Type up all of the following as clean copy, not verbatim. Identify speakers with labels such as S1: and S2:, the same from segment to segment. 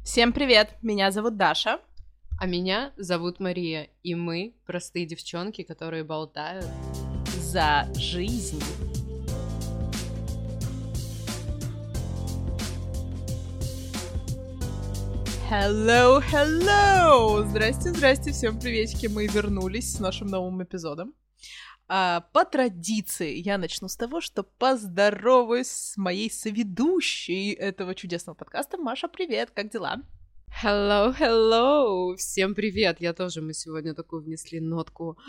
S1: Всем привет, меня зовут Даша.
S2: А меня зовут Мария, и мы простые девчонки, которые болтают
S1: за жизнь. Hello! Здрасте, всем приветики, мы вернулись с нашим новым эпизодом. По традиции я начну с того, что поздороваюсь с моей соведущей этого чудесного подкаста. Маша, привет, как дела?
S2: Hello! Всем привет! Мы сегодня такую внесли нотку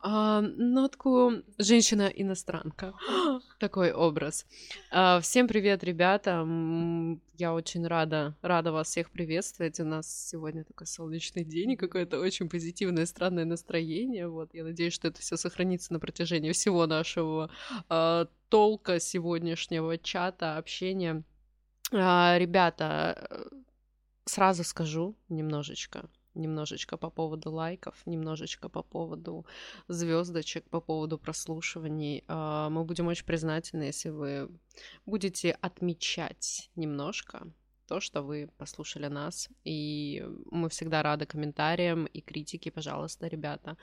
S2: женщина-иностранка. Такой образ. Всем привет, ребята! Я очень рада вас всех приветствовать. У нас сегодня такой солнечный день и какое-то очень позитивное, странное настроение. Вот, я надеюсь, что это все сохранится на протяжении всего нашего толка сегодняшнего чата, общения. Ребята, сразу скажу немножечко по поводу лайков, немножечко по поводу звездочек, по поводу прослушиваний. Мы будем очень признательны, если вы будете отмечать немножко то, что вы послушали нас. И мы всегда рады комментариям и критике, пожалуйста, ребята.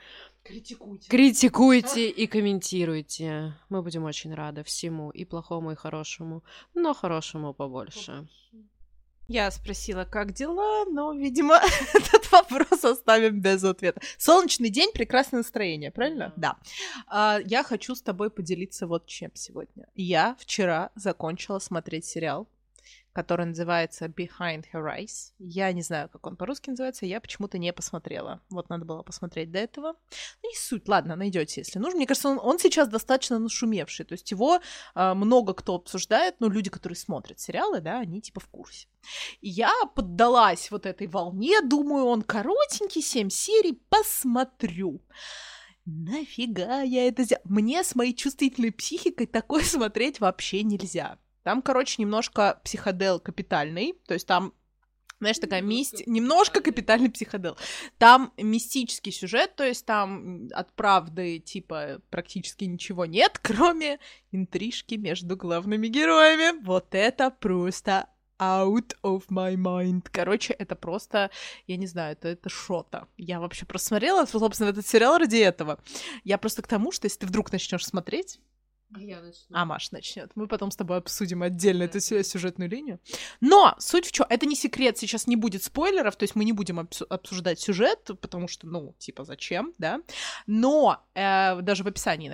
S2: Критикуйте и комментируйте. Мы будем очень рады всему, и плохому, и хорошему, но хорошему побольше.
S1: Я спросила, как дела, но, видимо, этот вопрос оставим без ответа. Солнечный день, прекрасное настроение, правильно? Да. Я хочу с тобой поделиться вот чем сегодня. Я вчера закончила смотреть сериал, который называется Behind Her Eyes. Я не знаю, как он по-русски называется, я почему-то не посмотрела. Вот надо было посмотреть до этого. Ну и суть, ладно, найдете, если нужно. Мне кажется, он сейчас достаточно нашумевший, то есть его много кто обсуждает, но люди, которые смотрят сериалы, да, они типа в курсе. И я поддалась вот этой волне, думаю, он коротенький, 7 серий, посмотрю. Нафига я это сделала? Мне с моей чувствительной психикой такое смотреть вообще нельзя. Там, короче, немножко психодел капитальный, то есть там, знаешь, такая немножко капитальный психодел. Там мистический сюжет, то есть там от правды, типа, практически ничего нет, кроме интрижки между главными героями. Вот это просто out of my mind. Короче, это просто, я не знаю, это шота. Я вообще просмотрела, собственно, этот сериал ради этого. Я просто к тому, что если ты вдруг начнешь смотреть...
S2: Я начну.
S1: Маша начнет. Мы потом с тобой обсудим отдельно эту сюжетную линию. Но суть в чем? Это не секрет, сейчас не будет спойлеров, то есть мы не будем обсуждать сюжет, потому что, ну, типа, зачем, да? Но даже в описании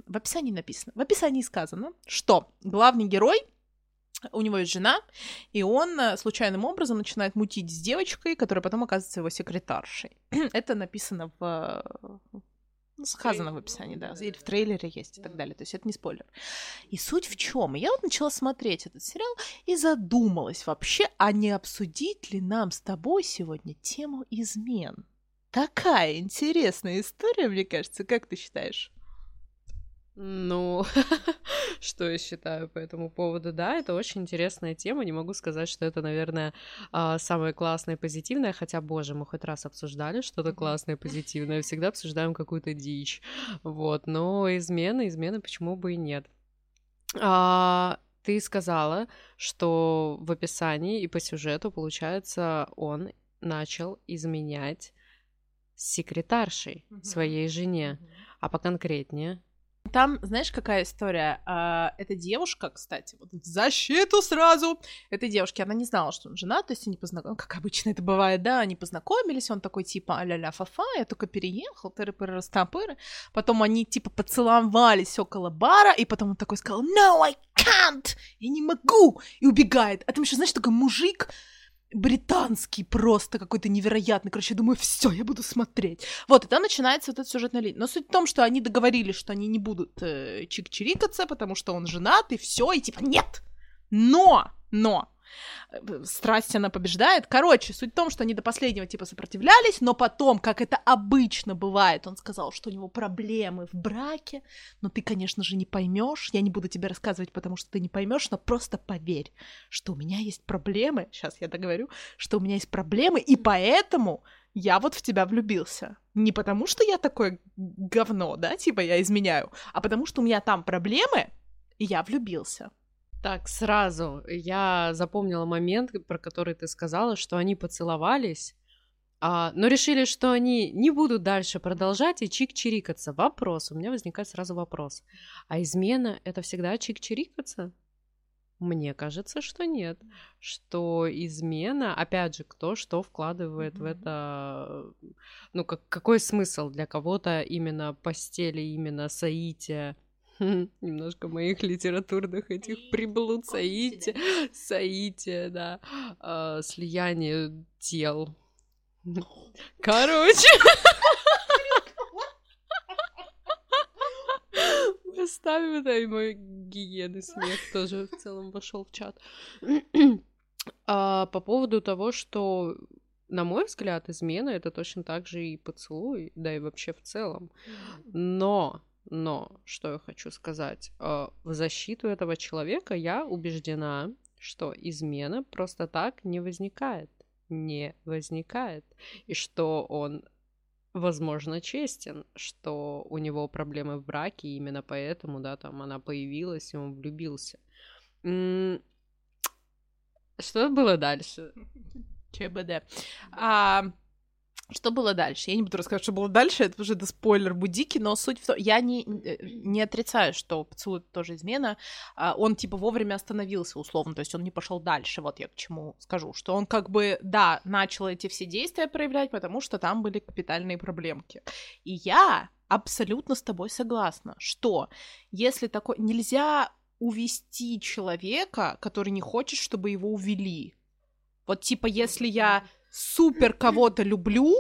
S1: сказано, что главный герой, у него есть жена, и он случайным образом начинает мутить с девочкой, которая потом оказывается его секретаршей. Это написано сказано в описании, да, или в трейлере есть и так далее, то есть это не спойлер. И суть в чем? Я вот начала смотреть этот сериал и задумалась вообще, а не обсудить ли нам с тобой сегодня тему измен? Такая интересная история, мне кажется, как ты считаешь?
S2: Ну, что я считаю по этому поводу? Да, это очень интересная тема. Не могу сказать, что это, наверное, самое классное и позитивное, хотя, боже, мы хоть раз обсуждали что-то классное и позитивное, всегда обсуждаем какую-то дичь. Вот, но измены, почему бы и нет? Ты сказала, что в описании и по сюжету, получается, он начал изменять с секретаршей своей жене. А поконкретнее?
S1: Там, знаешь, какая история? Эта девушка, кстати, вот в защиту сразу этой девушки, она не знала, что он женат, то есть они познакомились, как обычно это бывает, да, они познакомились, он такой, типа, а-ля-ля, фа-фа, я только переехал, тыры-пыры-растапыры, потом они, типа, поцеловались около бара, и потом он такой сказал, no, I can't, я не могу, и убегает. А там еще, знаешь, такой мужик, британский просто какой-то невероятный. Короче, я думаю, все, я буду смотреть. Вот, и там начинается вот эта сюжетная линия. Но суть в том, что они договорились, что они не будут чик-чирикаться, потому что он женат, и все, и типа нет! Но! Страсть, она побеждает. Короче, суть в том, что они до последнего типа сопротивлялись, но потом, как это обычно бывает, он сказал, что у него проблемы в браке, но ты, конечно же, не поймешь. Я не буду тебе рассказывать, потому что ты не поймешь, но просто поверь, что у меня есть проблемы. Сейчас я договорю, что у меня есть проблемы, и поэтому я вот в тебя влюбился. Не потому, что я такое говно, да, типа я изменяю, а потому, что у меня там проблемы, и я влюбился.
S2: Так, сразу я запомнила момент, про который ты сказала, что они поцеловались, но решили, что они не будут дальше продолжать и чик-чирикаться. Вопрос, у меня возникает сразу вопрос. А измена — это всегда чик-чирикаться? Мне кажется, что нет. Что измена, опять же, кто что вкладывает в это, ну, какой смысл для кого-то именно постели, именно соития, немножко моих литературных этих приблуд, соития, да, слияние тел. Короче, мы ставим это, и мой гиены смех тоже в целом вошел в чат. По поводу того, что, на мой взгляд, измена — это точно так же и поцелуй, да и вообще в целом. Но, что я хочу сказать, в защиту этого человека я убеждена, что измена просто так не возникает, и что он, возможно, честен, что у него проблемы в браке, и именно поэтому, да, там она появилась, и он влюбился. Что было дальше?
S1: ЧБД. Что было дальше? Я не буду рассказывать, что было дальше, это уже спойлер будики, но суть в том, я не отрицаю, что поцелуй — тоже измена, он типа вовремя остановился условно, то есть он не пошел дальше, вот я к чему скажу, что он как бы, да, начал эти все действия проявлять, потому что там были капитальные проблемки. И я абсолютно с тобой согласна, что если такое... Нельзя увести человека, который не хочет, чтобы его увели. Вот типа, если я супер кого-то люблю,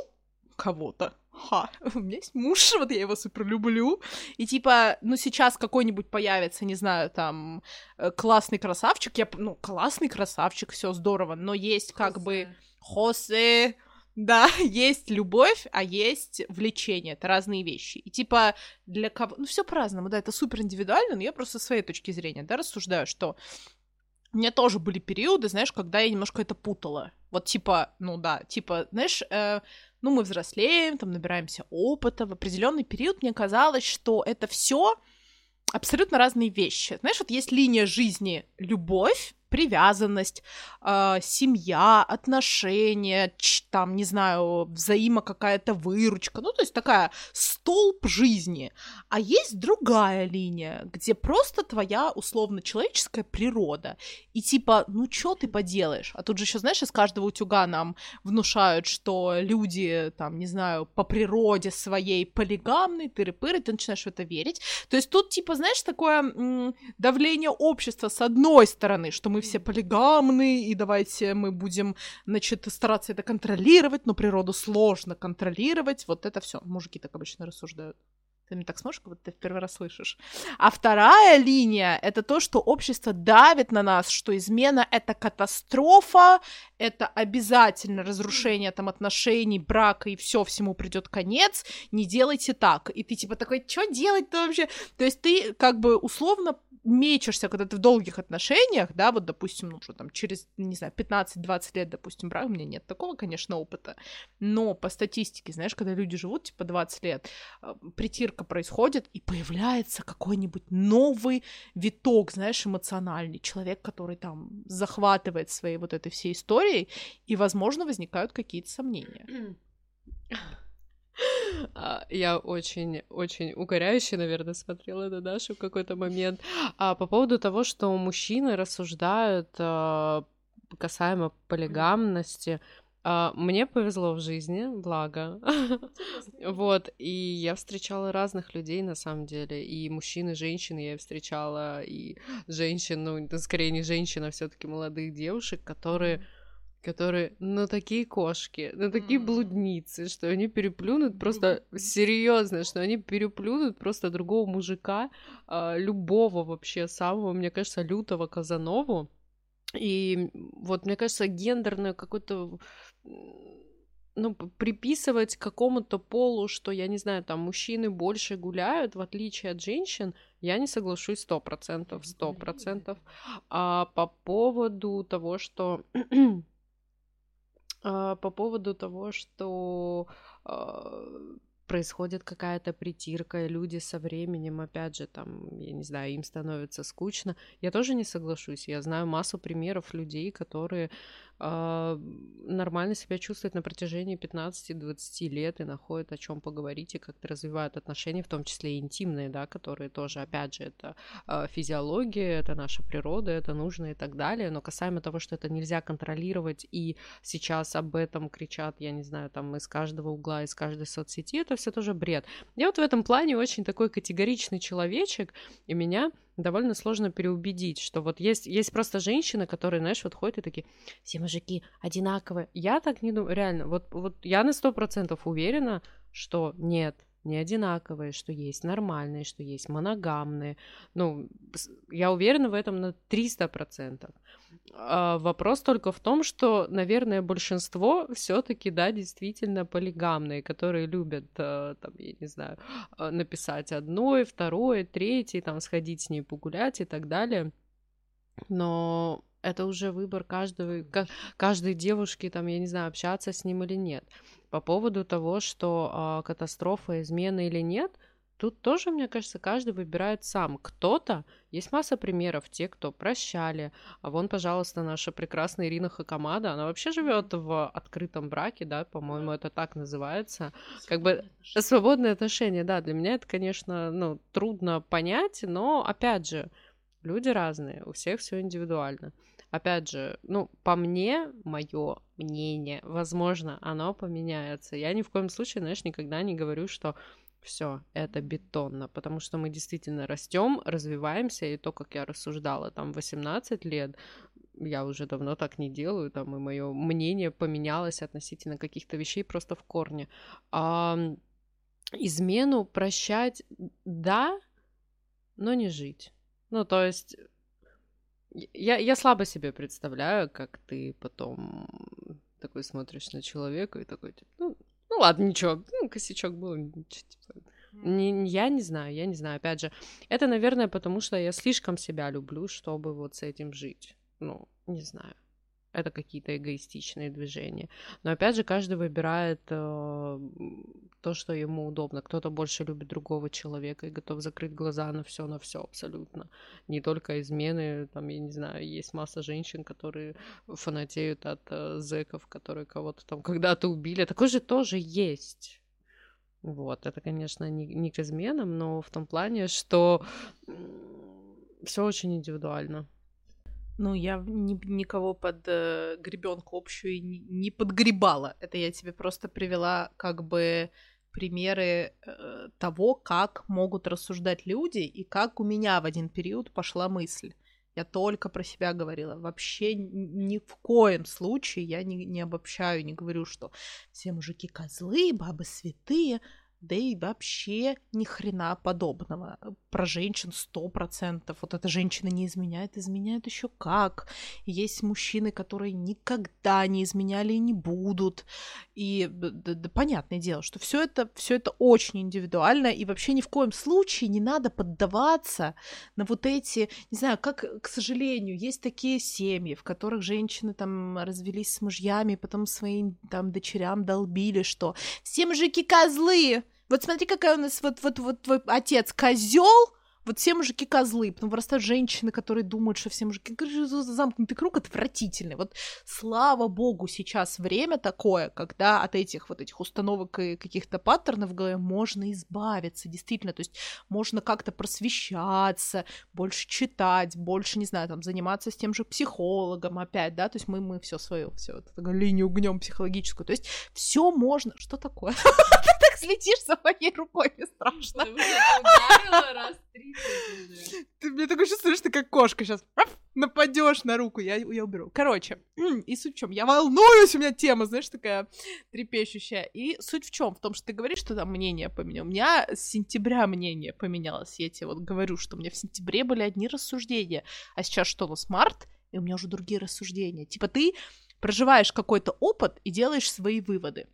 S1: у меня есть муж, вот я его супер люблю, и типа, ну сейчас какой-нибудь появится, не знаю, там, классный красавчик, классный красавчик, все здорово, но есть как бы Хосе, да, есть любовь, а есть влечение, это разные вещи, и типа для кого, ну все по-разному, да, это супер индивидуально, но я просто со своей точки зрения, да, рассуждаю, что у меня тоже были периоды, знаешь, когда я немножко это путала. Вот типа, знаешь, мы взрослеем, там набираемся опыта. В определенный период мне казалось, что это все абсолютно разные вещи. Знаешь, вот есть линия жизни любовь, привязанность, семья, отношения, там, не знаю, какая-то выручка, ну, то есть такая столб жизни. А есть другая линия, где просто твоя условно-человеческая природа. И типа, ну, чё ты поделаешь? А тут же еще, знаешь, из каждого утюга нам внушают, что люди, там, не знаю, по природе своей полигамны, тыры-пыры, ты начинаешь в это верить. То есть тут, типа, знаешь, такое давление общества с одной стороны, что мы все полигамны, и давайте мы будем, значит, стараться это контролировать, но природу сложно контролировать. Вот это все. Мужики так обычно рассуждают. Ты мне так смотришь, как будто ты в первый раз слышишь. А вторая линия — это то, что общество давит на нас, что измена — это катастрофа, это обязательно разрушение там отношений, брака, и все, всему придет конец, не делайте так. И ты типа такой, что делать-то вообще? То есть ты как бы условно мечешься, когда ты в долгих отношениях, да, вот, допустим, ну, что там, через, не знаю, 15-20 лет, допустим, брак, у меня нет такого, конечно, опыта, но по статистике, знаешь, когда люди живут, типа, 20 лет, притирка происходит, и появляется какой-нибудь новый виток, знаешь, эмоциональный, человек, который там захватывает своей вот этой всей историей, и, возможно, возникают какие-то сомнения.
S2: Я очень угоряюще, наверное, смотрела на Дашу в какой-то момент. По поводу того, что мужчины рассуждают касаемо полигамности, мне повезло в жизни, благо. Вот, и я встречала разных людей, на самом деле, и мужчин, и женщин я встречала, и женщин, ну, скорее не женщин, а все-таки молодых девушек, которые, ну, такие кошки, ну, такие блудницы, что они переплюнут просто, серьезно, что они переплюнут просто другого мужика, любого вообще, самого, мне кажется, лютого Казанову. И вот, мне кажется, гендерную какую-то, ну, приписывать какому-то полу, что, я не знаю, там, мужчины больше гуляют, в отличие от женщин, я не соглашусь 100%. А по поводу того, что... происходит какая-то притирка, и люди со временем, опять же, там, я не знаю, им становится скучно. Я тоже не соглашусь. Я знаю массу примеров людей, которые нормально себя чувствуют на протяжении 15-20 лет и находят о чем поговорить, и как-то развивают отношения, в том числе и интимные, да, которые тоже, опять же, это физиология, это наша природа, это нужно и так далее. Но касаемо того, что это нельзя контролировать, и сейчас об этом кричат, я не знаю, там, из каждого угла, из каждой соцсети, это все тоже бред. Я вот в этом плане очень такой категоричный человечек, и меня довольно сложно переубедить, что вот есть просто женщины, которые, знаешь, вот ходят и такие: все мужики одинаковые. Я так не думаю, реально, вот я на 100% уверена, что нет, не одинаковые, что есть нормальные, что есть моногамные. Ну, я уверена в этом на 300%. Вопрос только в том, что, наверное, большинство все-таки, да, действительно полигамные, которые любят, там, я не знаю, написать одной, второй, третий, там, сходить с ней погулять и так далее. Но это уже выбор каждой девушки, там, я не знаю, общаться с ним или нет. По поводу того, что катастрофа, измена или нет, тут тоже, мне кажется, каждый выбирает сам. Кто-то, есть масса примеров, те, кто прощали. А вон, пожалуйста, наша прекрасная Ирина Хакамада, она вообще живет в открытом браке, да, по-моему, это так называется. Как бы свободные отношения, да, для меня это, конечно, ну, трудно понять, но, опять же, люди разные, у всех все индивидуально. Опять же, ну, по мне, мое мнение, возможно, оно поменяется. Я ни в коем случае, знаешь, никогда не говорю, что все, это бетонно, потому что мы действительно растем, развиваемся, и то, как я рассуждала, там, 18 лет, я уже давно так не делаю, там, и мое мнение поменялось относительно каких-то вещей просто в корне. Измену прощать, да, но не жить. Ну, то есть, я слабо себе представляю, как ты потом такой смотришь на человека и такой, типа, ну ладно, ничего, косячок был, типа. Я не знаю, опять же, это, наверное, потому что я слишком себя люблю, чтобы вот с этим жить, ну, не знаю. Это какие-то эгоистичные движения. Но опять же, каждый выбирает то, что ему удобно. Кто-то больше любит другого человека и готов закрыть глаза на все абсолютно. Не только измены, там, я не знаю, есть масса женщин, которые фанатеют от зэков, которые кого-то там когда-то убили. Такое же тоже есть. Вот, это, конечно, не к изменам, но в том плане, что все очень индивидуально.
S1: Ну, я никого под гребенку общую не подгребала. Это я тебе просто привела как бы примеры того, как могут рассуждать люди, и как у меня в один период пошла мысль. Я только про себя говорила. Вообще ни в коем случае я не обобщаю, не говорю, что все мужики козлы, бабы святые. Да и вообще ни хрена подобного. Про женщин 100%. Вот эта женщина не изменяет, изменяет еще как. Есть мужчины, которые никогда не изменяли и не будут. И да, понятное дело, что все это очень индивидуально, и вообще ни в коем случае не надо поддаваться на вот эти, не знаю, как, к сожалению, есть такие семьи, в которых женщины там развелись с мужьями, потом своим там дочерям долбили, что все мужики козлы. Вот смотри, какая у нас вот твой отец козел, вот все мужики козлы, потом вырастают женщины, которые думают, что все мужики... Замкнутый круг отвратительный. Вот слава богу, сейчас время такое, когда от этих установок и каких-то паттернов в голове можно избавиться, действительно, то есть можно как-то просвещаться, больше читать, больше, не знаю, там, заниматься с тем же психологом опять, да, то есть мы все свою, все вот эту линию гнем психологическую, то есть все можно... Что такое? Ты так слетишь за моей рукой, мне страшно.
S2: Ударила раз 30 уже.
S1: Ты мне такое чувствуешь, что ты как кошка сейчас нападешь на руку, я уберу. Короче, и суть в чем? Я волнуюсь, у меня тема, знаешь, такая трепещущая. И суть в чем? В том, что ты говоришь, что там мнение поменялось. У меня с сентября мнение поменялось. Я тебе вот говорю, что у меня в сентябре были одни рассуждения, а сейчас что, у нас март, и у меня уже другие рассуждения. Типа ты проживаешь какой-то опыт и делаешь свои выводы.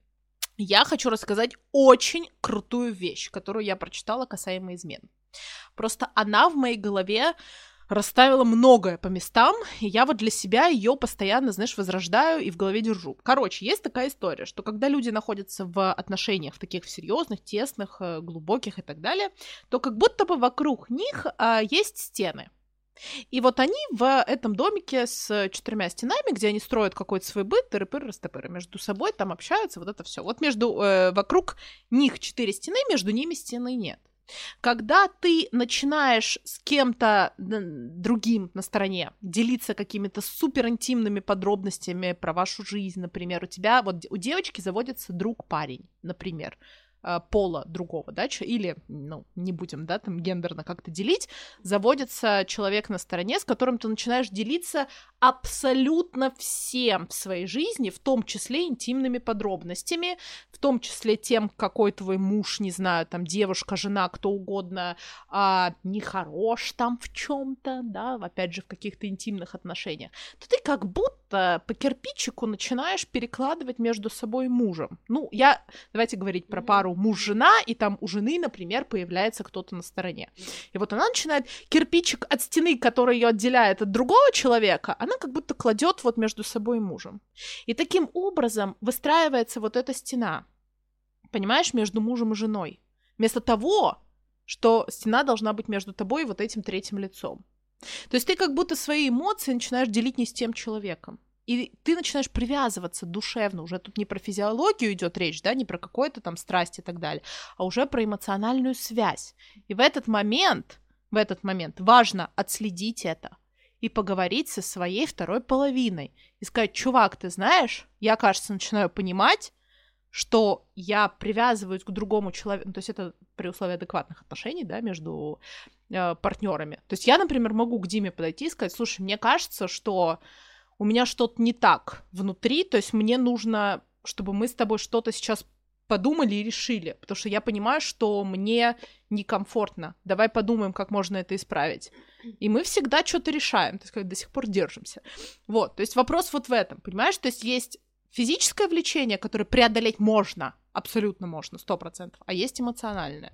S1: Я хочу рассказать очень крутую вещь, которую я прочитала касаемо измен. Просто она в моей голове расставила многое по местам, и я вот для себя ее постоянно, знаешь, возрождаю и в голове держу. Короче, есть такая история, что когда люди находятся в отношениях таких серьезных, тесных, глубоких и так далее, то как будто бы вокруг них есть стены. И вот они в этом домике с 4 стенами, где они строят какой-то свой быт, тыры-пыры-растопыры, между собой там общаются, вот это все. Вот вокруг них 4 стены, между ними стены нет. Когда ты начинаешь с кем-то другим на стороне делиться какими-то суперинтимными подробностями про вашу жизнь, например, у девочки заводится друг-парень, например, пола другого, да, или, не будем, да, там гендерно как-то делить, заводится человек на стороне, с которым ты начинаешь делиться абсолютно всем в своей жизни, в том числе интимными подробностями, в том числе тем, какой твой муж, не знаю, там, девушка, жена, кто угодно, нехорош там в чем-то, да, опять же, в каких-то интимных отношениях, то ты как будто по кирпичику начинаешь перекладывать между собой и мужем. Давайте говорить про пару муж-жена, и там у жены, например, появляется кто-то на стороне. И вот она начинает кирпичик от стены, который ее отделяет от другого человека, она как будто кладет вот между собой и мужем. И таким образом выстраивается вот эта стена, понимаешь, между мужем и женой. Вместо того, что стена должна быть между тобой и вот этим третьим лицом. То есть ты как будто свои эмоции начинаешь делить не с тем человеком. И ты начинаешь привязываться душевно, уже тут не про физиологию идет речь, да, не про какую-то там страсть и так далее, а уже про эмоциональную связь. И в этот момент важно отследить это и поговорить со своей второй половиной. И сказать: чувак, ты знаешь, я, кажется, начинаю понимать, что я привязываюсь к другому человеку, то есть это при условии адекватных отношений, да, между партнерами. То есть я, например, могу к Диме подойти и сказать: слушай, мне кажется, что у меня что-то не так внутри, то есть мне нужно, чтобы мы с тобой что-то сейчас подумали и решили, потому что я понимаю, что мне некомфортно. Давай подумаем, как можно это исправить. И мы всегда что-то решаем, то есть как до сих пор держимся. Вот, то есть вопрос вот в этом, понимаешь? То есть физическое влечение, которое преодолеть можно, абсолютно можно, 100%, а есть эмоциональное.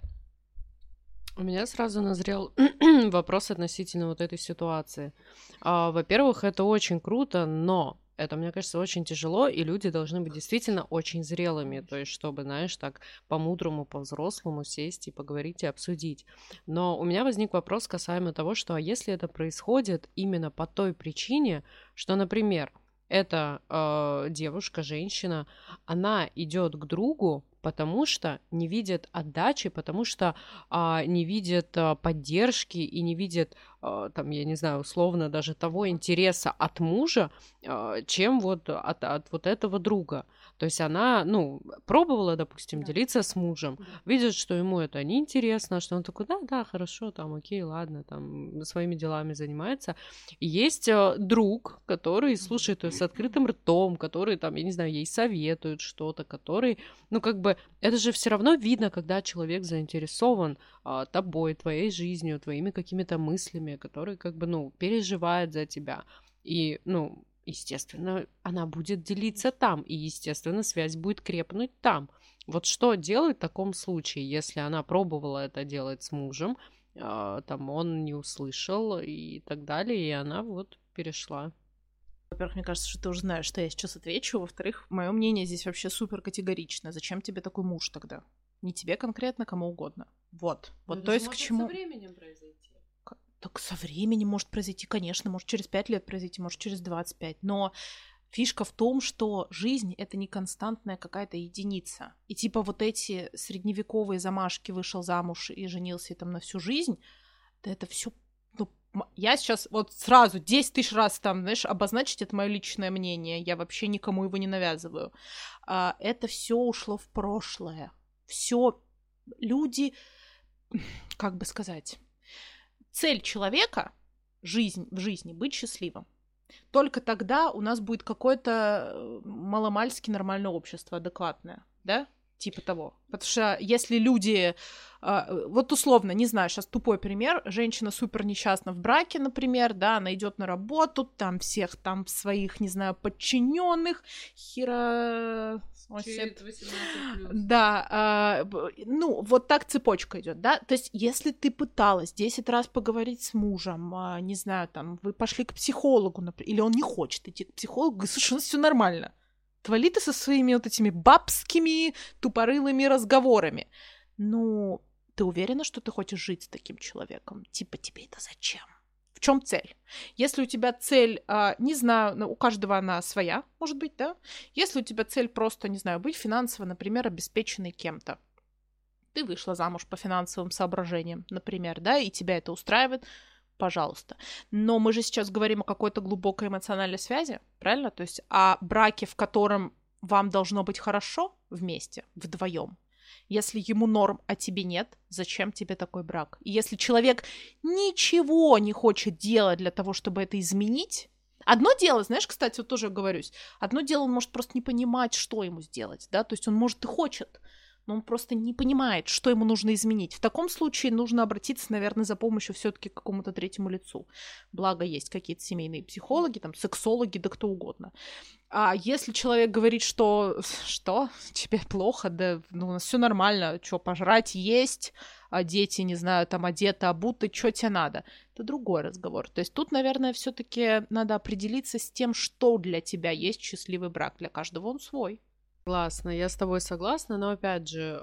S2: У меня сразу назрел вопрос относительно вот этой ситуации. Во-первых, это очень круто, но это, мне кажется, очень тяжело, и люди должны быть действительно очень зрелыми, то есть чтобы, знаешь, так по-мудрому, по-взрослому сесть и поговорить и обсудить. Но у меня возник вопрос касаемо того, что а если это происходит именно по той причине, что, например, эта девушка, женщина, она идет к другу, потому что не видит отдачи, потому что не видит поддержки и не видит, там, я не знаю, условно даже того интереса от мужа, чем вот от вот этого друга. То есть она, пробовала, допустим, делиться с мужем, видит, что ему это неинтересно, что он такой: да, хорошо, там, окей, ладно, там, своими делами занимается. И есть друг, который слушает ее с открытым ртом, который, там, я не знаю, ей советует что-то, который, это же все равно видно, когда человек заинтересован тобой, твоей жизнью, твоими какими-то мыслями, который переживает за тебя. И, естественно, она будет делиться там, и, естественно, связь будет крепнуть там. Вот что делать в таком случае, если она пробовала это делать с мужем, там он не услышал и так далее, и она вот перешла.
S1: Во-первых, мне кажется, что ты уже знаешь, что я сейчас отвечу. Во-вторых, мое мнение здесь вообще супер категорично. Зачем тебе такой муж тогда? Не тебе конкретно, кому угодно. Вот. То есть к чему...
S2: со временем произойти.
S1: Так со временем может произойти, конечно, может через 5 лет произойти, может через 25. Но фишка в том, что жизнь — это не константная какая-то единица. И типа вот эти средневековые замашки: вышел замуж и женился и там на всю жизнь, да это все. Я сейчас вот сразу 10 тысяч раз там, знаешь, обозначить это мое личное мнение. Я вообще никому его не навязываю. Это все ушло в прошлое. Все люди, как бы сказать, цель человека в жизни быть счастливым. Только тогда у нас будет какое-то маломальски нормальное общество, адекватное, да? Типа того. Потому что если люди... Вот условно, не знаю, сейчас тупой пример. Женщина супер несчастна в браке, например, да, она идет на работу, там всех там своих, не знаю, подчиненных Осип.
S3: 18+.
S1: Да, ну, вот так цепочка идет, да? То есть, если ты пыталась 10 раз поговорить с мужем, не знаю, там, вы пошли к психологу, например, или он не хочет идти к психологу, говорит, слушай, у нас все нормально. Твали ты со своими вот этими бабскими тупорылыми разговорами. Ну, ты уверена, что ты хочешь жить с таким человеком? Типа, тебе это зачем? В чем цель? Если у тебя цель, не знаю, у каждого она своя, может быть, да? Если у тебя цель просто, не знаю, быть финансово, например, обеспеченной кем-то, ты вышла замуж по финансовым соображениям, например, да, и тебя это устраивает, пожалуйста. Но мы же сейчас говорим о какой-то глубокой эмоциональной связи, правильно? То есть о браке, в котором вам должно быть хорошо вместе, вдвоем. Если ему норм, а тебе нет, зачем тебе такой брак? И если человек ничего не хочет делать для того, чтобы это изменить, одно дело, знаешь, кстати, вот тоже оговорюсь, одно дело, он может просто не понимать, что ему сделать, да, то есть он может и хочет, но он просто не понимает, что ему нужно изменить. В таком случае нужно обратиться, наверное, за помощью все-таки к какому-то третьему лицу. Благо, есть какие-то семейные психологи, там, сексологи, да кто угодно. А если человек говорит, что тебе плохо, да, ну, у нас все нормально, что пожрать есть, а дети, не знаю, там одеты, обуты, что тебе надо, это другой разговор. То есть тут, наверное, все-таки надо определиться с тем, что для тебя есть счастливый брак. Для каждого он свой.
S2: Согласна, я с тобой согласна, но опять же,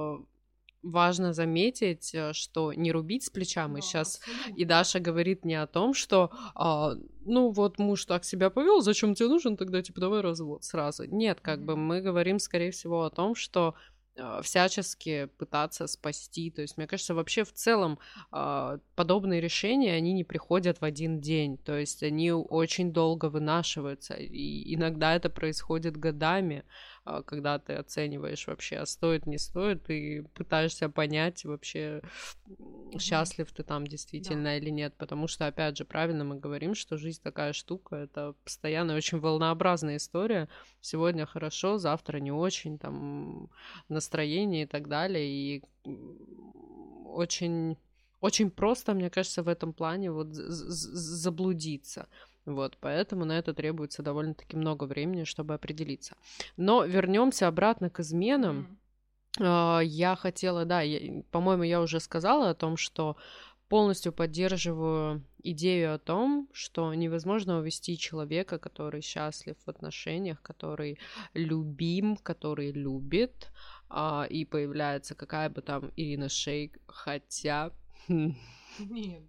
S2: важно заметить, что не рубить с плеча мы сейчас. И Даша говорит не о том, что ну вот муж так себя повел, зачем тебе нужен тогда, типа, давай развод сразу. Нет, как бы мы говорим, скорее всего, о том, что всячески пытаться спасти. То есть, мне кажется, вообще в целом подобные решения, они не приходят в один день. То есть они очень долго вынашиваются. И иногда это происходит годами, когда ты оцениваешь вообще, стоит, не стоит, и пытаешься понять вообще, счастлив ты там действительно или нет. Потому что, опять же, правильно мы говорим, что жизнь такая штука, это постоянно очень волнообразная история. Сегодня хорошо, завтра не очень, там, настроение и так далее. И очень, очень просто, мне кажется, в этом плане вот заблудиться. Вот, поэтому на это требуется довольно-таки много времени, чтобы определиться. Но вернемся обратно к изменам. Я хотела, да, по-моему, я уже сказала о том, что полностью поддерживаю идею о том, что невозможно увести человека, который счастлив в отношениях, который любим, который любит, и появляется какая бы там Ирина Шейк, хотя...
S1: Нет,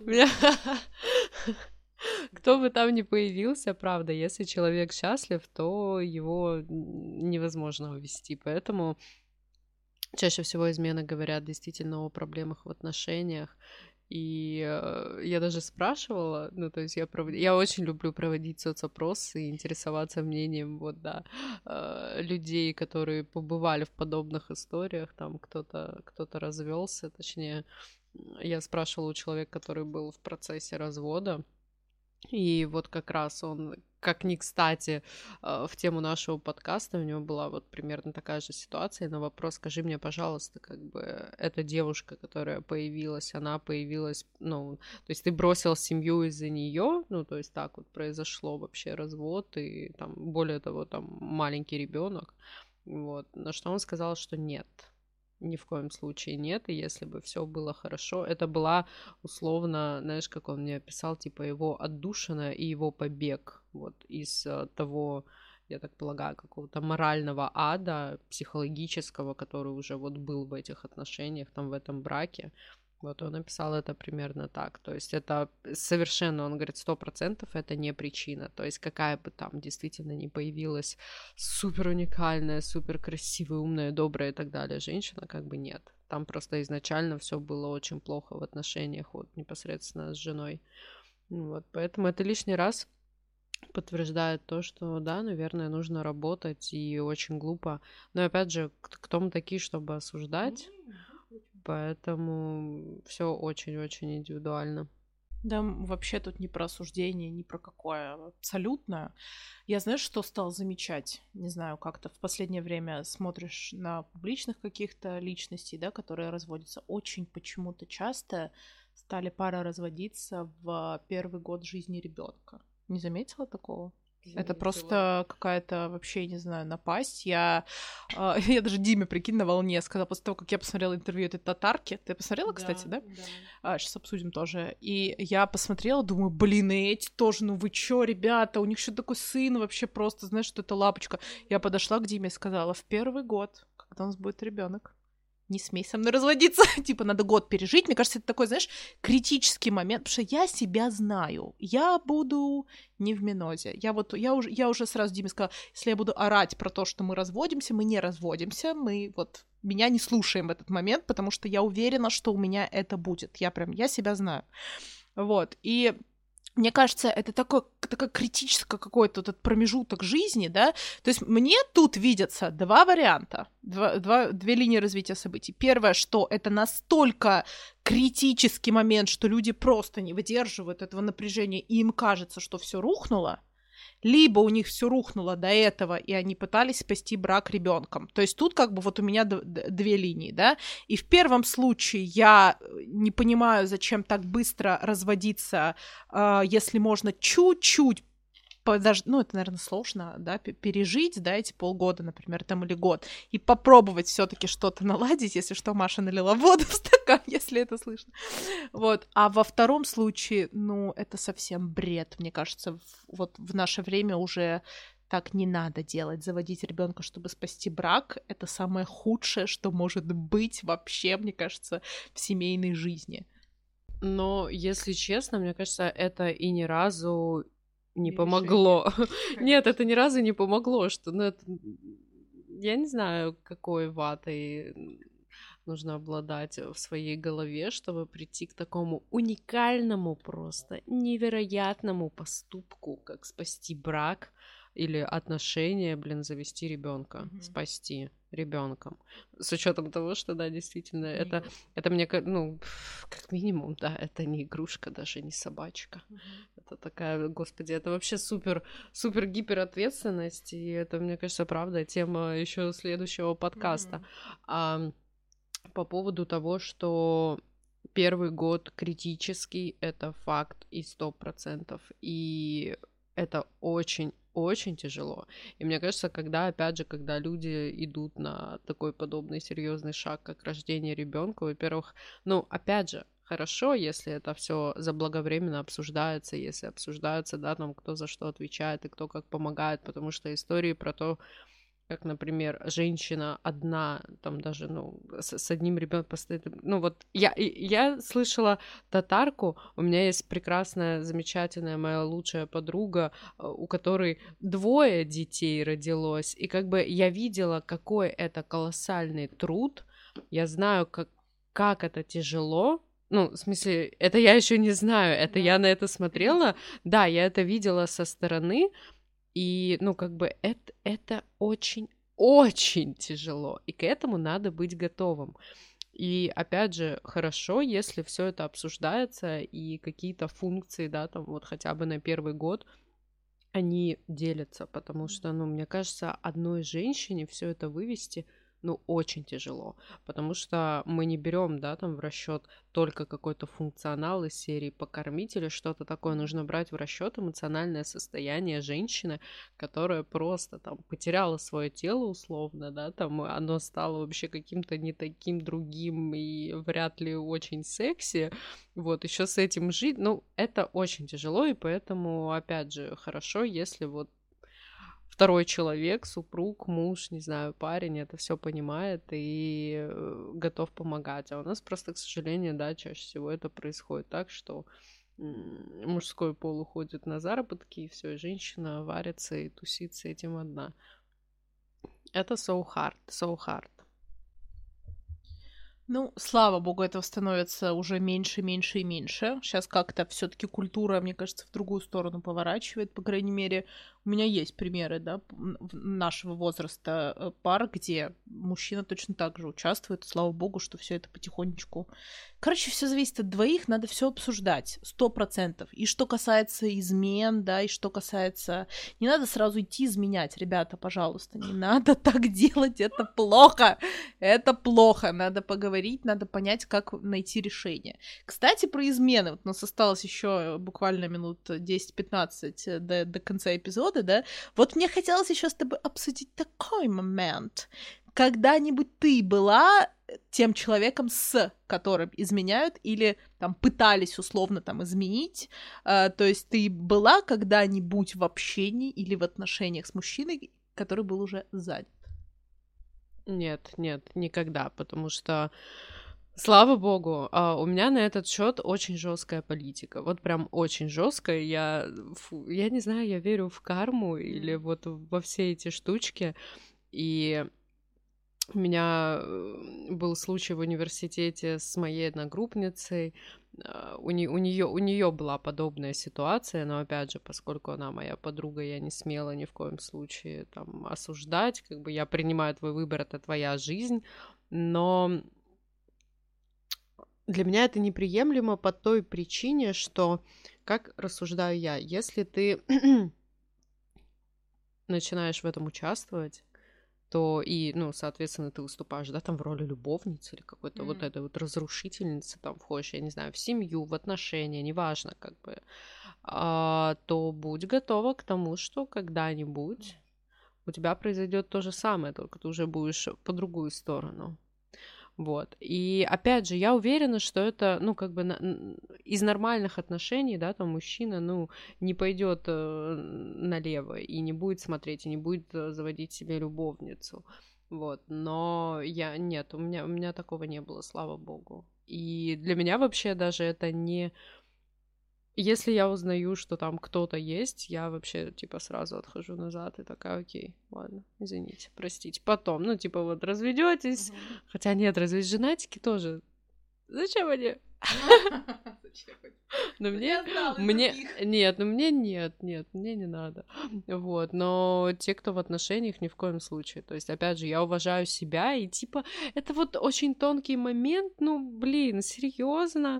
S2: кто бы там ни появился, правда, если человек счастлив, то его невозможно увести. Поэтому чаще всего измены говорят действительно о проблемах в отношениях. И я даже спрашивала, ну, то есть я очень люблю проводить соцопросы и интересоваться мнением, вот, да, людей, которые побывали в подобных историях, там кто-то развелся, точнее, я спрашивала у человека, который был в процессе развода, и вот как раз он, как ни кстати, в тему нашего подкаста у него была вот примерно такая же ситуация. На вопрос: скажи мне, пожалуйста, как бы эта девушка, которая появилась, она появилась, ну, то есть ты бросил семью из-за нее, ну, то есть так вот произошло вообще развод, и там, более того, там маленький ребенок, вот, на что он сказал, что нет. Ни в коем случае нет, и если бы все было хорошо, это была условно, знаешь, как он мне описал, типа его отдушина и его побег вот из того, я так полагаю, какого-то морального ада, психологического, который уже вот был в этих отношениях, там в этом браке. Вот он написал это примерно так. То есть это совершенно, он говорит, 100% это не причина. То есть какая бы там действительно не появилась супер уникальная, супер красивая, умная, добрая и так далее женщина, как бы нет. Там просто изначально все было очень плохо в отношениях вот непосредственно с женой. Вот, поэтому это лишний раз подтверждает то, что да, наверное, нужно работать, и очень глупо. Но опять же, кто мы такие, чтобы осуждать? Поэтому все очень-очень индивидуально.
S1: Да, вообще тут не про осуждение, не про какое, абсолютно. Я, знаешь, что стала замечать? Не знаю, как-то в последнее время смотришь на публичных каких-то личностей, да, которые разводятся. Очень почему-то часто стали пары разводиться в первый год жизни ребенка. Не заметила такого? Это просто какая-то вообще, не знаю, напасть. Я даже Диме, прикинь, на волне сказала, после того, как я посмотрела интервью этой татарки. Ты посмотрела, кстати, да?
S2: Да.
S1: Сейчас обсудим тоже. И я посмотрела, думаю, блин, и эти тоже, ну вы чё, ребята, у них еще такой сын вообще просто, знаешь, что это лапочка. Я подошла к Диме и сказала, в первый год, когда у нас будет ребенок, не смей со мной разводиться, типа, надо год пережить. Мне кажется, это такой, знаешь, критический момент, потому что я себя знаю, я буду не в минозе. Я уже сразу Диме сказала, если я буду орать про то, что мы разводимся, мы не разводимся, мы вот меня не слушаем в этот момент, потому что я уверена, что у меня это будет. Я себя знаю. Вот, и мне кажется, это такой критический какой-то этот промежуток жизни, да, то есть мне тут видятся два варианта, две линии развития событий. Первое, что это настолько критический момент, что люди просто не выдерживают этого напряжения, и им кажется, что все рухнуло, либо у них все рухнуло до этого, и они пытались спасти брак ребенком. То есть тут как бы вот у меня две линии, да, и в первом случае я не понимаю, зачем так быстро разводиться, если можно чуть-чуть ну, это, наверное, сложно, да, пережить, да, эти полгода, например, там, или год, и попробовать все таки что-то наладить, если что, Маша налила воду в стакан, если это слышно, вот, а во втором случае, ну, это совсем бред, мне кажется, вот в наше время уже так не надо делать, заводить ребенка, чтобы спасти брак, это самое худшее, что может быть вообще, мне кажется, в семейной жизни.
S2: Но, если честно, мне кажется, это и ни разу не помогло. Нет, это ни разу не помогло, что, ну, это... Я не знаю, какой ватой нужно обладать в своей голове, чтобы прийти к такому уникальному, просто невероятному поступку, как спасти брак или отношения, завести ребенка, спасти ребенком. С учетом того, что, да, действительно, это мне, ну, как минимум, да, это не игрушка, даже не собачка. Это такая, господи, это вообще супер гиперответственность, и это, мне кажется, правда, тема еще следующего подкаста. По поводу того, что первый год критический, это факт и 100%, и это очень тяжело. И мне кажется, когда люди идут на такой подобный серьезный шаг, как рождение ребенка, во-первых, ну, опять же, хорошо, если это все заблаговременно обсуждается, если обсуждается, да, там, кто за что отвечает и кто как помогает, потому что истории про то, как, например, женщина одна, там даже, ну, с одним ребенком постоит. Ну, вот я слышала татарку, у меня есть прекрасная, замечательная моя лучшая подруга, у которой 2 детей родилось, и как бы я видела, какой это колоссальный труд, я знаю, как это тяжело. Ну, в смысле, это я еще не знаю, это я на это смотрела, да, я это видела со стороны, и, ну, как бы это очень тяжело, и к этому надо быть готовым. И, опять же, хорошо, если все это обсуждается, и какие-то функции, да, там вот хотя бы на первый год, они делятся, потому что, ну, мне кажется, одной женщине все это вывести, ну, очень тяжело, потому что мы не берем, да, там в расчет только какой-то функционал из серии покормить или что-то такое. Нужно брать в расчет эмоциональное состояние женщины, которая просто там потеряла свое тело условно, да, там оно стало вообще каким-то не таким другим и вряд ли очень секси. Вот, еще с этим жить, ну, это очень тяжело, и поэтому, опять же, хорошо, если вот второй человек, супруг, муж, не знаю, парень, это все понимает и готов помогать. А у нас просто, к сожалению, да, чаще всего это происходит так, что мужской пол уходит на заработки, и все, и женщина варится и тусит с этим одна. Это so hard.
S1: Ну, слава богу, этого становится уже меньше и меньше. Сейчас как-то все-таки культура, мне кажется, в другую сторону поворачивает. По крайней мере, у меня есть примеры, да, нашего возраста пар, где мужчина точно так же участвует. Слава богу, что все это потихонечку. Короче, все зависит от двоих, надо все обсуждать 100%. И что касается измен, да, и что касается... Не надо сразу идти изменять, ребята, пожалуйста, не надо так делать, это плохо. Это плохо, надо поговорить, надо понять, как найти решение. Кстати, про измены. Вот у нас осталось еще буквально минут 10-15 до конца эпизода. эпизода, да, вот мне хотелось еще с тобой обсудить такой момент. Когда-нибудь ты была тем человеком, с которым изменяют или там пытались условно там изменить, то есть ты была когда-нибудь в общении или в отношениях с мужчиной, который был уже занят?
S2: Нет, никогда, потому что, слава богу, у меня на этот счет очень жесткая политика, вот прям очень жесткая. Я не знаю, я верю в карму или вот во все эти штучки, и у меня был случай в университете с моей одногруппницей. У нее была подобная ситуация, но опять же, поскольку она моя подруга, я не смела ни в коем случае там осуждать, как бы я принимаю твой выбор, это твоя жизнь, но для меня это неприемлемо по той причине, что, как рассуждаю я, если ты начинаешь в этом участвовать, то и, ну, соответственно, ты выступаешь, да, там в роли любовницы или какой-то вот этой вот разрушительницы, там входишь, я не знаю, в семью, в отношения, неважно, как бы, то будь готова к тому, что когда-нибудь у тебя произойдет то же самое, только ты уже будешь по другую сторону. Вот. И опять же, я уверена, что это, ну, как бы из нормальных отношений, да, там мужчина, ну, не пойдет налево и не будет смотреть, и не будет заводить себе любовницу. Вот. Но нет, у меня такого не было, слава богу. И для меня вообще даже это не... Если я узнаю, что там кто-то есть, я вообще, типа, сразу отхожу назад и такая, окей, ладно, извините, простите. Потом, ну, типа, вот разведетесь, хотя нет, разве женатики тоже? Зачем они? Ну, мне не надо. Вот, но те, кто в отношениях, ни в коем случае. То есть, опять же, я уважаю себя, и, типа, это вот очень тонкий момент, ну, блин, серьезно.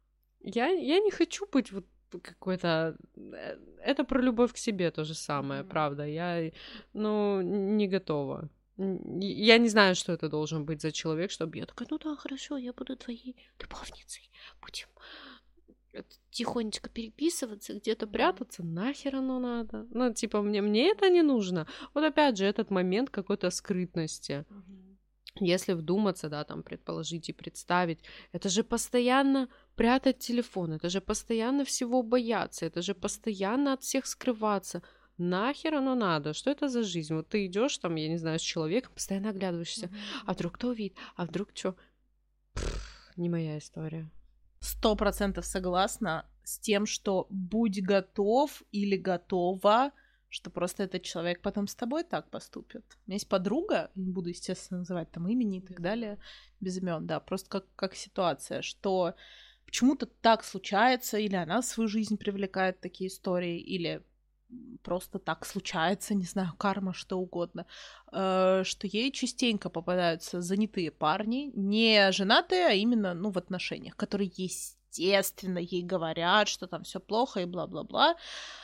S2: Я не хочу быть вот какой-то... Это про любовь к себе то же самое, правда. Я, ну, не готова. Я не знаю, что это должен быть за человек, чтобы я такая, ну да, хорошо, я буду твоей любовницей. Будем тихонечко переписываться, где-то прятаться. Нахер оно надо? Ну, типа, мне это не нужно. Вот опять же, этот момент какой-то скрытности. Если вдуматься, да, там, предположить и представить, это же постоянно прятать телефон, это же постоянно всего бояться, это же постоянно от всех скрываться. Нахер оно надо? Что это за жизнь? Вот ты идешь там, я не знаю, с человеком, постоянно оглядываешься, а вдруг кто увидит, а вдруг что? Не моя история.
S1: 100% согласна с тем, что будь готов или готова, что просто этот человек потом с тобой так поступит. У меня есть подруга, не буду, естественно, называть там имени и так далее, без имен, да, просто как ситуация, что почему-то так случается, или она в свою жизнь привлекает такие истории, или просто так случается, не знаю, карма, что угодно, что ей частенько попадаются занятые парни, не женатые, а именно, ну, в отношениях, которые, естественно, ей говорят, что там все плохо и бла-бла-бла,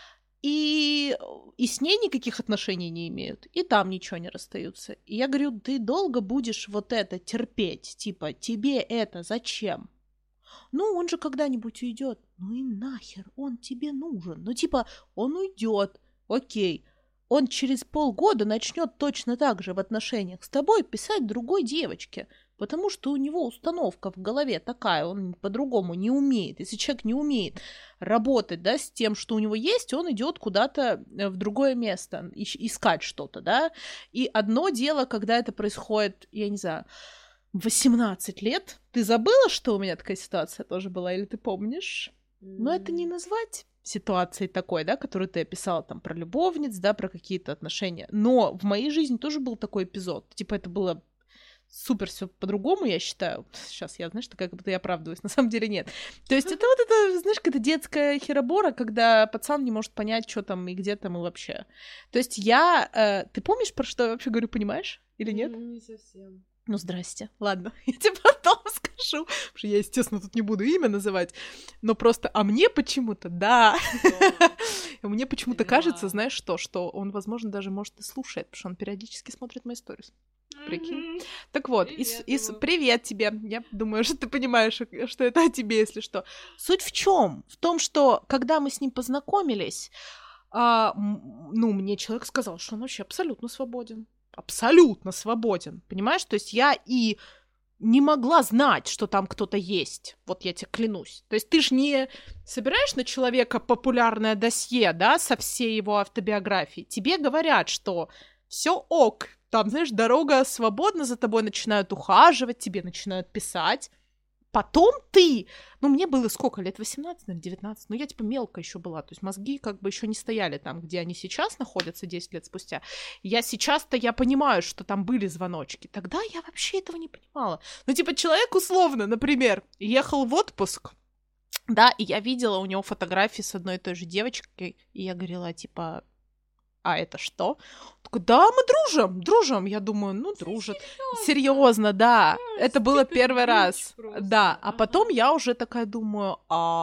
S1: и с ней никаких отношений не имеют, и там ничего не расстаются. И я говорю, ты долго будешь вот это терпеть, типа, тебе это зачем? Ну, он же когда-нибудь уйдет. Ну и нахер, он тебе нужен. Ну, типа, он уйдет, окей. Он через полгода начнет точно так же в отношениях с тобой писать другой девочке, потому что у него установка в голове такая, он по-другому не умеет. Если человек не умеет работать, да, с тем, что у него есть, он идет куда-то в другое место, искать что-то, да. И одно дело, когда это происходит, я не знаю, 18 лет. Ты забыла, что у меня такая ситуация тоже была, или ты помнишь? Но это не назвать ситуацией такой, да, которую ты описала там про любовниц, да, про какие-то отношения. Но в моей жизни тоже был такой эпизод. Типа это было супер все по-другому, я считаю. Сейчас я, знаешь, такая, как будто я оправдываюсь. На самом деле нет. То есть это вот это, знаешь, какая-то детская херобора, когда пацан не может понять, что там и где там и вообще. То есть я... Ты помнишь, про что я вообще говорю, понимаешь? Или нет?
S2: Не совсем.
S1: Ну, здрасте. Ладно, я тебе потом скажу. Потому что я, естественно, тут не буду имя называть. Но просто... А мне почему-то, да. Мне почему-то кажется, знаешь что он, возможно, даже, может, и слушает, потому что он периодически смотрит мои сторис. Прикинь. Так вот, привет тебе. Я думаю, что ты понимаешь, что это о тебе, если что. Суть в чем? В том, что, когда мы с ним познакомились, ну, мне человек сказал, что он вообще абсолютно свободен. Абсолютно свободен, понимаешь? То есть я и не могла знать, что там кто-то есть. Вот я тебе клянусь. То есть ты ж не собираешь на человека популярное досье, да, со всей его автобиографией. Тебе говорят, что все ок. Там, знаешь, дорога свободна, за тобой начинают ухаживать, тебе начинают писать. Потом ты, ну, мне было сколько, лет 18, наверное, 19, ну, я, типа, мелко еще была, то есть мозги как бы еще не стояли там, где они сейчас находятся 10 лет спустя. Я понимаю, что там были звоночки. Тогда я вообще этого не понимала. Ну, типа, человек условно, например, ехал в отпуск, да, и я видела у него фотографии с одной и той же девочкой, и я говорила, типа, а это что? Он такой, да, мы дружим. Я думаю, ну, дружит. Серьезно, да. Это было первый раз. Да, а потом я уже такая думаю,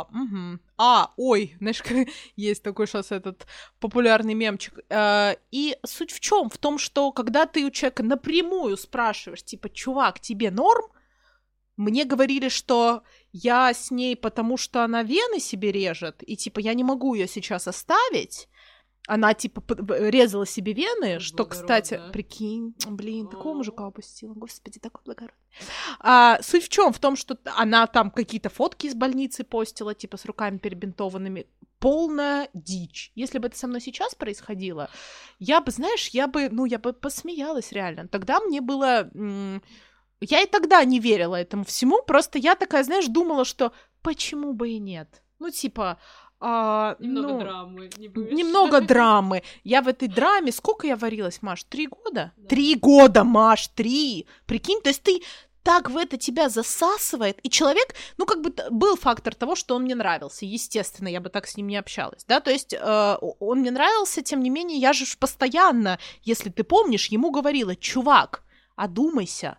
S1: ой, знаешь, есть такой сейчас этот популярный мемчик. И суть в чем? В том, что когда ты у человека напрямую спрашиваешь, типа, чувак, тебе норм? Мне говорили, что я с ней, потому что она вены себе режет, и, типа, я не могу ее сейчас оставить. Она, типа, резала себе вены, что, кстати, прикинь, блин, такого мужика упустила, господи, такой благородный. Суть в чем? В том, что она там какие-то фотки из больницы постила, типа, с руками перебинтованными. Полная дичь. Если бы это со мной сейчас происходило, я бы посмеялась реально. Тогда мне было... Я и тогда не верила этому всему, просто я такая, знаешь, думала, что почему бы и нет? Ну, типа...
S2: Немного драмы.
S1: Немного драмы. Я в этой драме... Сколько я варилась, Маш? 3 года? Да. 3 года, Маш, 3! Прикинь, то есть ты так в это тебя засасывает, и человек, ну, как бы был фактор того, что он мне нравился, естественно, я бы так с ним не общалась, да, то есть он мне нравился, тем не менее, я же постоянно, если ты помнишь, ему говорила, чувак, одумайся.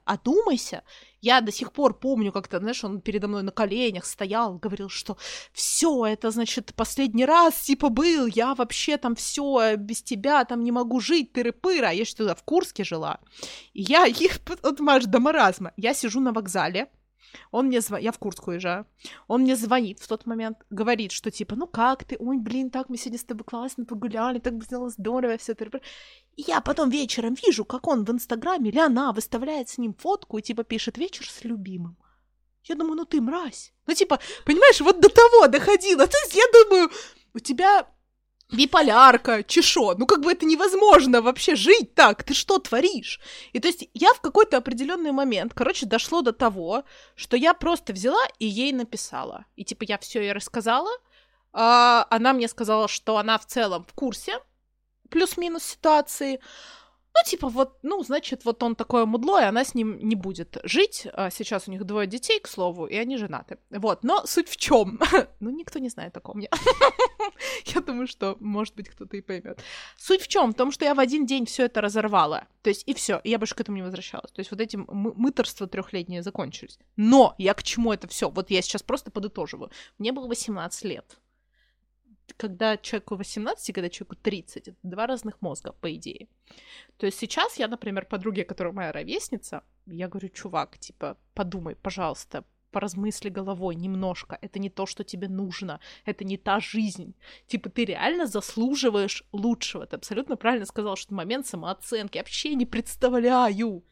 S1: Я до сих пор помню, как-то, знаешь, он передо мной на коленях стоял, говорил, что все, это, значит, последний раз, типа, был, я вообще там все без тебя там не могу жить, тыры-пыры, а я же туда в Курске жила. И я, вот, Маш, до маразма, я сижу на вокзале, он мне звонит, я в Курск уезжаю, он мне звонит в тот момент, говорит, что типа, ну как ты, ой, блин, так мы сегодня с тобой классно погуляли, так было здорово, все. И я потом вечером вижу, как он в Инстаграме или она выставляет с ним фотку и типа пишет «вечер с любимым». Я думаю, ну ты мразь. Ну типа, понимаешь, вот до того доходило. То есть я думаю, у тебя... биполярка, чешо, ну как бы это невозможно вообще жить так, ты что творишь? И то есть я в какой-то определенный момент, короче, дошло до того, что я просто взяла и ей написала. И типа я все ей рассказала, она мне сказала, что она в целом в курсе, плюс-минус ситуации. Ну, типа, вот, ну, значит, вот он такое мудло, и она с ним не будет жить. Сейчас у них 2 детей, к слову, и они женаты. Вот, но суть в чем? Ну, никто не знает о ком я. Я думаю, что, может быть, кто-то и поймет. Суть в чем? В том, что я в один день все это разорвала. То есть, и все, я больше к этому не возвращалась. То есть, вот эти мытарства 3-летние закончились. Но я к чему это все? Вот я сейчас просто подытоживаю. Мне было 18 лет. Когда человеку 18 и когда человеку 30, это 2 разных мозга, по идее. То есть сейчас я, например, подруге, которая моя ровесница, я говорю, чувак, типа, подумай, пожалуйста, поразмысли головой немножко, это не то, что тебе нужно, это не та жизнь. Типа, ты реально заслуживаешь лучшего. Ты абсолютно правильно сказала, что момент самооценки. Я вообще не представляю.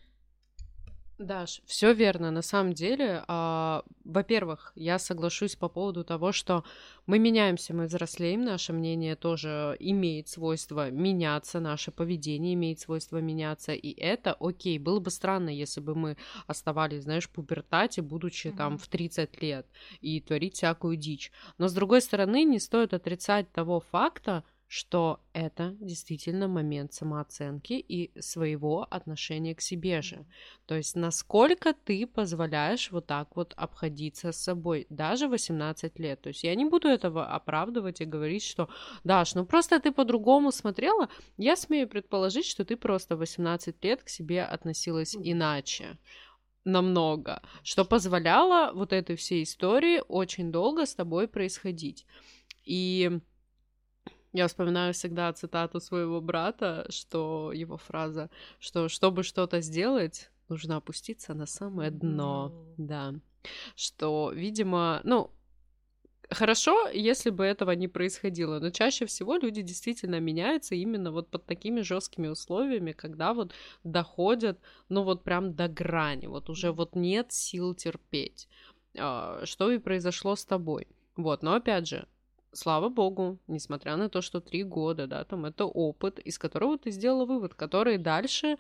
S2: Даш, все верно. На самом деле, во-первых, я соглашусь по поводу того, что мы меняемся, мы взрослеем, наше мнение тоже имеет свойство меняться, наше поведение имеет свойство меняться, и это окей. Было бы странно, если бы мы оставались, знаешь, в пубертате, будучи там в 30 лет, и творить всякую дичь. Но, с другой стороны, не стоит отрицать того факта, что это действительно момент самооценки и своего отношения к себе же. То есть насколько ты позволяешь вот так вот обходиться с собой, даже 18 лет. То есть я не буду этого оправдывать и говорить, что Даш, ну просто ты по-другому смотрела. Я смею предположить, что ты просто в 18 лет к себе относилась иначе. Намного. Что позволяло вот этой всей истории очень долго с тобой происходить. И я вспоминаю всегда цитату своего брата, что его фраза, что чтобы что-то сделать, нужно опуститься на самое дно, да. Что, видимо, ну, Хорошо, если бы этого не происходило, но чаще всего люди действительно меняются именно вот под такими жесткими условиями, когда вот доходят, ну вот прям до грани, вот уже вот нет сил терпеть. Что и произошло с тобой. Вот, но опять же, слава богу, несмотря на то, что 3 года, да, там это опыт, из которого ты сделала вывод, который дальше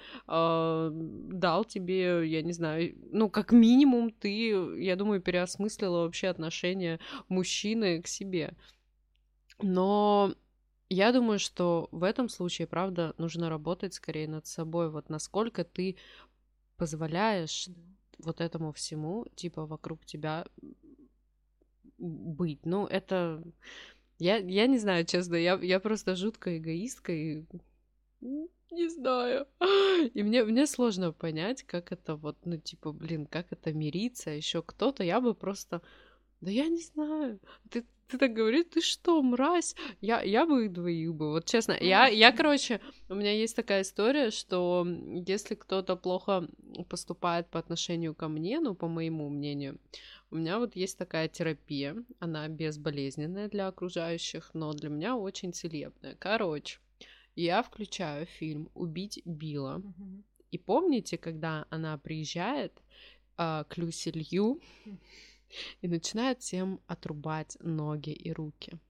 S2: дал тебе, я не знаю, ну, как минимум ты, я думаю, переосмыслила вообще отношение мужчины к себе. Но я думаю, что в этом случае, правда, нужно работать скорее над собой, вот насколько ты позволяешь вот этому всему, типа, вокруг тебя быть. Ну, это... Я не знаю, честно, я просто жуткая эгоистка и не знаю. И мне сложно понять, как это вот, ну, типа, блин, как это мириться, еще кто-то, я бы просто, да я не знаю, ты так говоришь, ты что, мразь? Я бы их двоих бы, вот честно, короче, у меня есть такая история, что если кто-то плохо поступает по отношению ко мне, ну, по моему мнению, у меня вот есть такая терапия, она безболезненная для окружающих, но для меня очень целебная. Короче, я включаю фильм «Убить Билла». И помните, когда она приезжает к Люси Лью и начинает всем отрубать ноги и руки?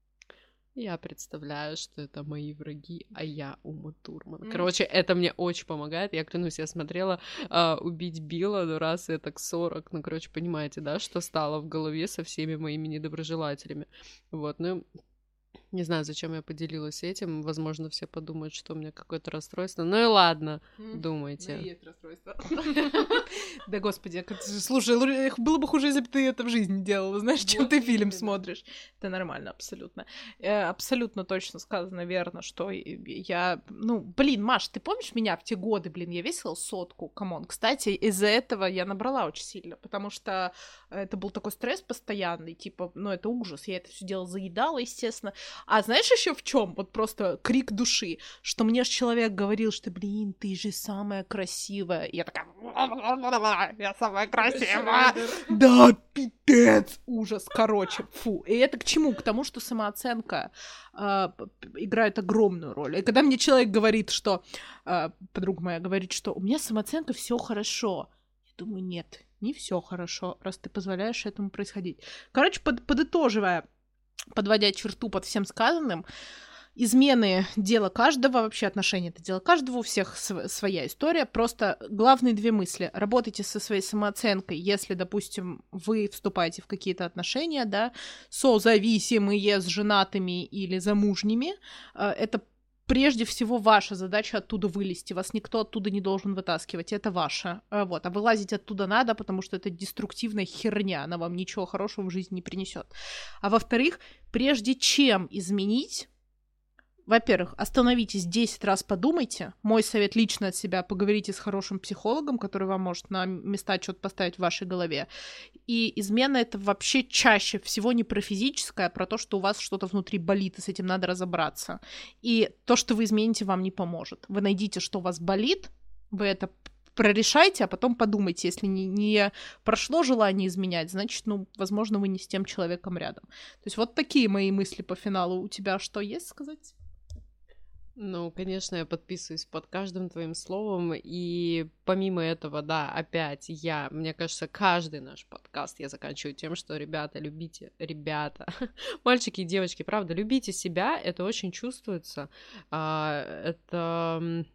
S2: Я представляю, что это мои враги, а я Ума Турман. Короче, это мне очень помогает. Я клянусь, я смотрела «Убить Билла» ну, раз это к 40. Ну, короче, понимаете, да, что стало в голове со всеми моими недоброжелателями. Вот, ну, не знаю, зачем я поделилась этим. Возможно, все подумают, что у меня какое-то расстройство. Ну и ладно, думайте.
S1: Ну и есть расстройство. Да господи, слушай, было бы хуже, если бы ты это в жизни делала, знаешь, чем ты фильм смотришь. Это нормально, абсолютно. Абсолютно точно сказано, верно, что я... Ну, блин, Маш, ты помнишь меня в те годы, блин, я весила 100, камон. Кстати, из-за этого я набрала очень сильно, потому что это был такой стресс постоянный, типа, ну, это ужас. Я это все дело заедала, естественно. А знаешь еще в чем? Вот просто крик души, что мне ж человек говорил, что, блин, ты же самая красивая. И я такая, я самая красивая. Да, пипец, ужас, короче, фу. И это к чему? К тому, что самооценка играет огромную роль. И когда мне человек говорит, что, подруга моя говорит, что у меня самооценка, все хорошо. Я думаю, нет, не все хорошо, раз ты позволяешь этому происходить. Короче, подытоживая, подводя черту под всем сказанным, измены — дело каждого, вообще отношения — это дело каждого, у всех своя история. Просто главные две мысли. Работайте со своей самооценкой, если, допустим, вы вступаете в какие-то отношения, да, созависимые с женатыми или замужними, это прежде всего ваша задача оттуда вылезти. Вас никто оттуда не должен вытаскивать. Это ваше. Вот. А вылазить оттуда надо, потому что это деструктивная херня. Она вам ничего хорошего в жизни не принесет. А во-вторых, прежде чем изменить, во-первых, остановитесь 10 раз, подумайте. Мой совет лично от себя: поговорите с хорошим психологом, который вам может на места что-то поставить в вашей голове. И измена — это вообще чаще всего не про физическое, а про то, что у вас что-то внутри болит, и с этим надо разобраться. И то, что вы измените, вам не поможет. Вы найдите, что у вас болит, вы это прорешайте, а потом подумайте. Если не прошло желание изменять, значит, ну, возможно, вы не с тем человеком рядом. То есть вот такие мои мысли по финалу. У тебя что есть сказать?
S2: Ну, конечно, я подписываюсь под каждым твоим словом, и помимо этого, да, опять мне кажется, каждый наш подкаст я заканчиваю тем, что, ребята, ребята, мальчики и девочки, правда, любите себя, это очень чувствуется, это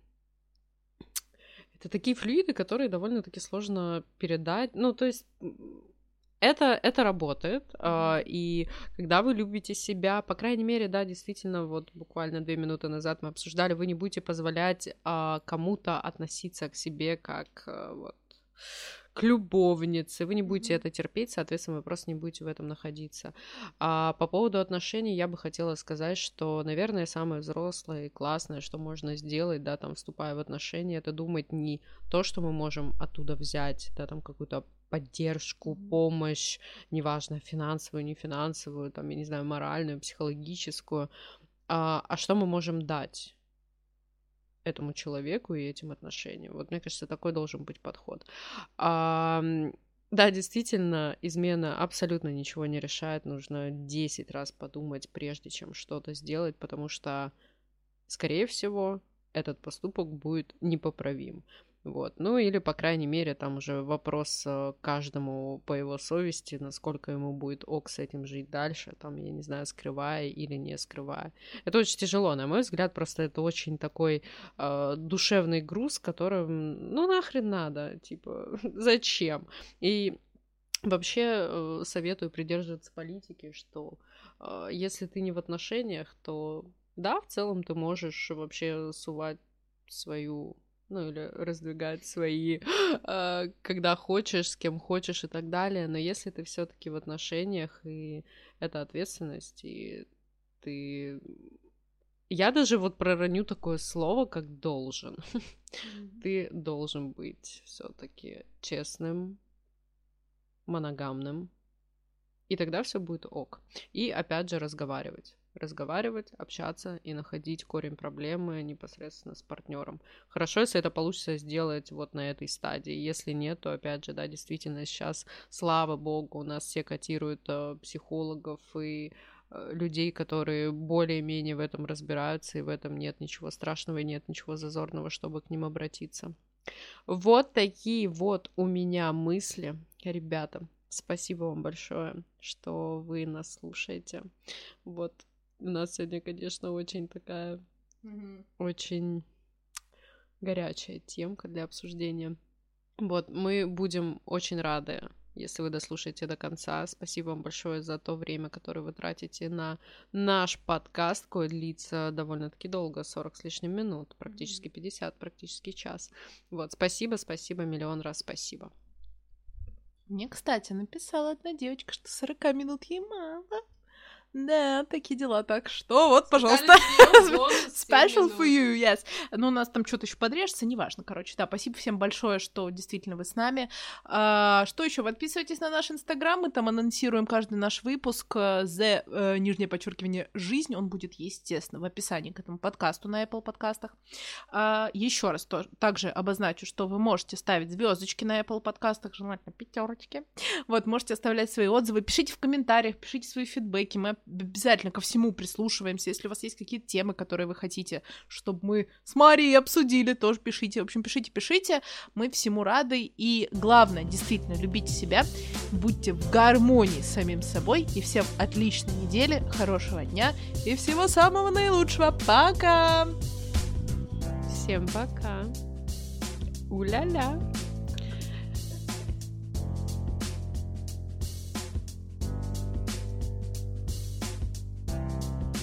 S2: такие флюиды, которые довольно-таки сложно передать, ну, то есть... Это работает, и когда вы любите себя, по крайней мере, да, действительно, вот буквально 2 минуты назад мы обсуждали, вы не будете позволять кому-то относиться к себе как вот к любовнице, вы не будете это терпеть, соответственно, вы просто не будете в этом находиться. А по поводу отношений я бы хотела сказать, что, наверное, самое взрослое и классное, что можно сделать, да, там, вступая в отношения, это думать не то, что мы можем оттуда взять, да, там, какую-то поддержку, помощь, неважно, финансовую, не финансовую, там, я не знаю, моральную, психологическую, а что мы можем дать этому человеку и этим отношениям. Вот мне кажется, такой должен быть подход. Да, действительно, измена абсолютно ничего не решает. Нужно 10 раз подумать, прежде чем что-то сделать, потому что, скорее всего, этот поступок будет непоправим. Вот. Ну или, по крайней мере, там уже вопрос каждому по его совести, насколько ему будет ок с этим жить дальше, там, я не знаю, скрывая или не скрывая. Это очень тяжело, на мой взгляд, просто это очень такой душевный груз, которым, ну, нахрен надо, типа, зачем? И вообще советую придерживаться политики, что если ты не в отношениях, то да, в целом ты можешь вообще сувать свою, ну или раздвигать свои, когда хочешь, с кем хочешь и так далее. Но если ты все-таки в отношениях, и это ответственность, и ты... Я даже вот пророню такое слово, как должен. Ты должен быть все-таки честным, моногамным, и тогда все будет ок. И опять же разговаривать, общаться и находить корень проблемы непосредственно с партнером. Хорошо, если это получится сделать вот на этой стадии. Если нет, то опять же, да, действительно сейчас, слава богу, у нас все котируют психологов и людей, которые более-менее в этом разбираются, и в этом нет ничего страшного и нет ничего зазорного, чтобы к ним обратиться. Вот такие вот у меня мысли, ребята. Спасибо вам большое, что вы нас слушаете. Вот у нас сегодня, конечно, очень такая, очень горячая темка для обсуждения. Вот, мы будем очень рады, если вы дослушаете до конца. Спасибо вам большое за то время, которое вы тратите на наш подкаст, который длится довольно-таки долго, 40 с лишним минут, практически 50, практически час. Вот, спасибо, миллион раз спасибо.
S1: Мне, кстати, написала одна девочка, что 40 минут ей мало. Да, такие дела. Так что вот, пожалуйста. Special for you, yes. Ну, у нас там что-то еще подрежется, неважно, короче. Да, спасибо всем большое, что действительно вы с нами. Что еще? Подписывайтесь на наш Инстаграм, мы там анонсируем каждый наш выпуск. _жизнь, он будет, естественно, в описании к этому подкасту на Apple подкастах. Еще раз также обозначу, что вы можете ставить звездочки на Apple подкастах, желательно 5. Вот, можете оставлять свои отзывы, пишите в комментариях, пишите свои фидбэки, мы обязательно ко всему прислушиваемся. Если у вас есть какие-то темы, которые вы хотите, чтобы мы с Марией обсудили, тоже пишите. В общем, пишите. Мы всему рады. И главное, действительно, любите себя, будьте в гармонии с самим собой. И всем отличной недели, хорошего дня и всего самого наилучшего. Пока!
S2: Всем пока! У-ля-ля!